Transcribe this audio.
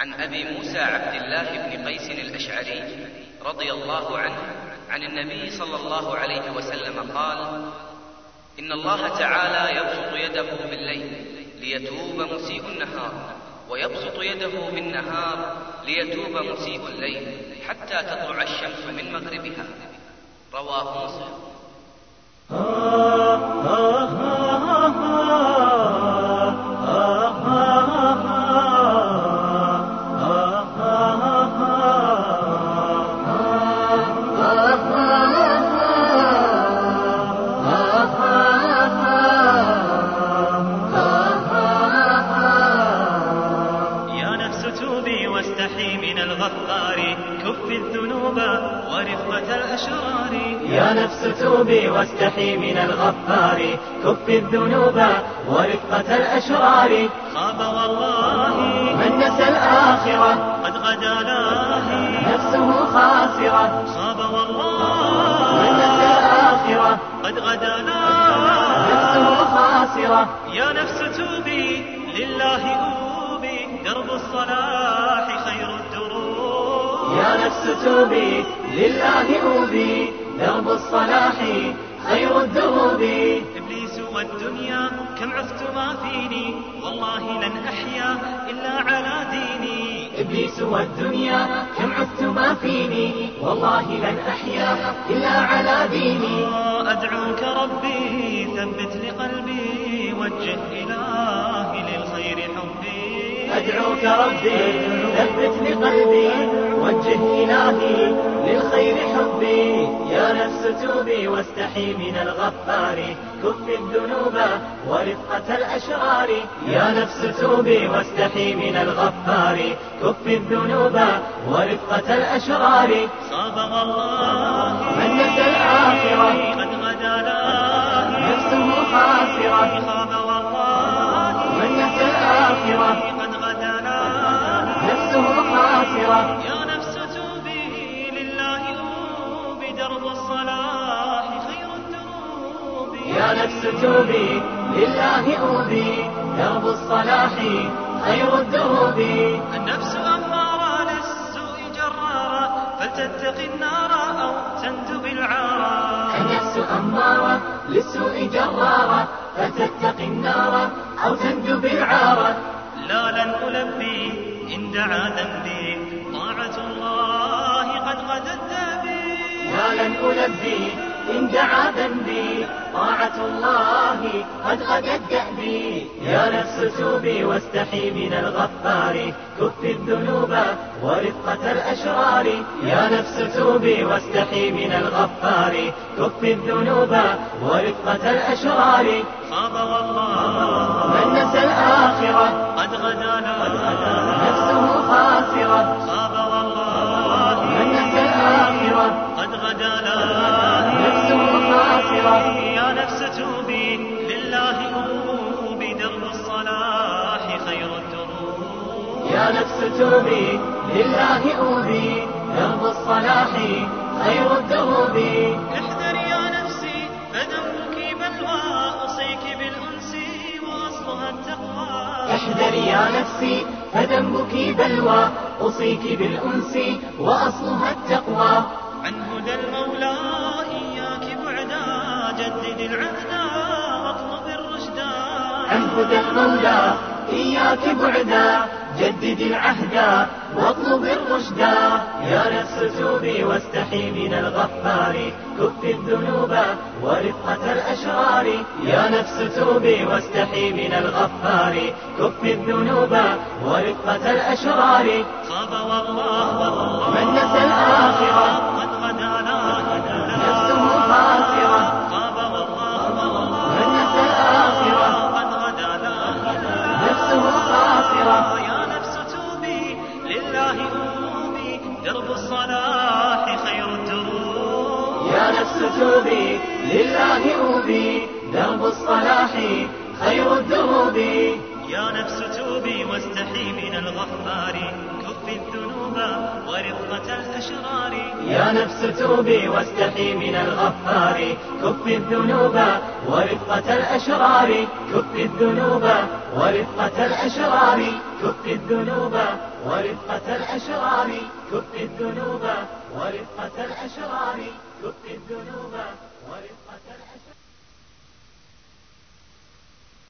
عن أبي موسى عبد الله بن قيس الأشعري رضي الله عنه عن النبي صلى الله عليه وسلم قال: إن الله تعالى يبسط يده بالليل ليتوب مسيء النهار، ويبسط يده بالنهار ليتوب مسيء الليل، حتى تطلع الشمس من مغربها. رواه مسلم. واستحي من الغفار، كف الذنوب ورفقة الأشرار. يا نفس توبي واستحي من الغفار، كف الذنوب ورفقة الأشرار. خاب والله من نسى الآخرة، قد غدا لاهي نفسه خاسرة. خاب والله من نسى الآخرة، قد غدا لاهي نفسه خاسرة. يا نفس توبي لله أوبي، درب الصلاح خير الدروب. يا نفس توبي لله أوبي، درب الصلاح خير الدروب. إبليس والدنيا كم عفت ما فيني، والله لن أحيا إلا على ديني. إبليس والدنيا كم عفت ما فيني، والله لن أحيا إلا على ديني. أدعوك ربي ثبت لقلبي، وجه إلهي للخير حبي. أدعوك ربي ثبت لقلبي، وجه إلهي للخير حبي. يا نفس توبي واستحي من الغفار، كف الذنوب ورفقة الأشرار. يا نفس توبي واستحي من الغفار، كف الذنوب ورفقة الأشرار. خاب والله من نسى الآخرة، قد غدا لاهي نفسه خاسرة. خاب والله من نسى الآخرة، قد غدا لاهي نفسه خاسرة. يا نفس توبي لله أوبي، درب الصلاح خير الدروب. يا نفس توبي لله أوبي، درب الصلاح خير الدروب. النفس أمارة للسوء جرارة، فلتتق النار أو تندب العار. النفس أمارة للسوء جرارة، فتتقي النار أو تندب العار. لا لن ألبي إن دعا ذنبي، طاعة الله قد غدت بي. لا لن ألبي إن دعا ذنبي، طاعة الله قد غدت دأبي. يا نفس توبي واستحي من الغفار، كف الذنوب ورفقة الأشرار. يا نفس توبي واستحي من الغفار، كف الذنوب ورفقة الأشرار. خاب والله من نسى الآخرة، قد غدا نفسه خاسرة. خاب والله من نسى الآخرة، قد غدا نفسه خاسرة. يا نفس توبي لله أوبي، درب الصلاح خير الدروب. يا نفس توبي لله أوبي، درب الصلاح خير الدروب. احذر يا نفسي فذنبك بلوى، أوصيك بالأنس وأصلها التقوى. احذر يا نفسي فذنبك بلوى، أوصيك بالأنس وأصلها التقوى. عن هدى المولى إياك بعدا، جدد العهد واطلب الرشدا. عن هدى المولى إياك بعدا، جدد العهد واطلب الرشدا. يا نفس توبي واستحي من الغفار، كف الذنوب ورفقة الأشرار. يا نفس توبي واستحي من الغفار، كف الذنوب ورفقة الأشرار. خاب والله من نسى الآخرة، قد غدا نفسه خاسرة. خاب والله من نسى الآخرة، قد غدا نفسه خاسرة. يا نفس توبي لله أوبي، درب الصلاح خير الدروب. يا نفس توبي لله أوبي، درب الصلاح خير الدروب. يا نفس توبي واستحي من الغفار، كف الذنوب ورفقة الأشرار. يا نفس توبي واستحي من الغفار، كف الذنوب ورفقة الأشرار، كف الذنوب ورفقة الأشرار، كف الذنوب ورفقة الأشرار، كف الذنوب ورفقة الأشرار، كف الذنوب ورفقة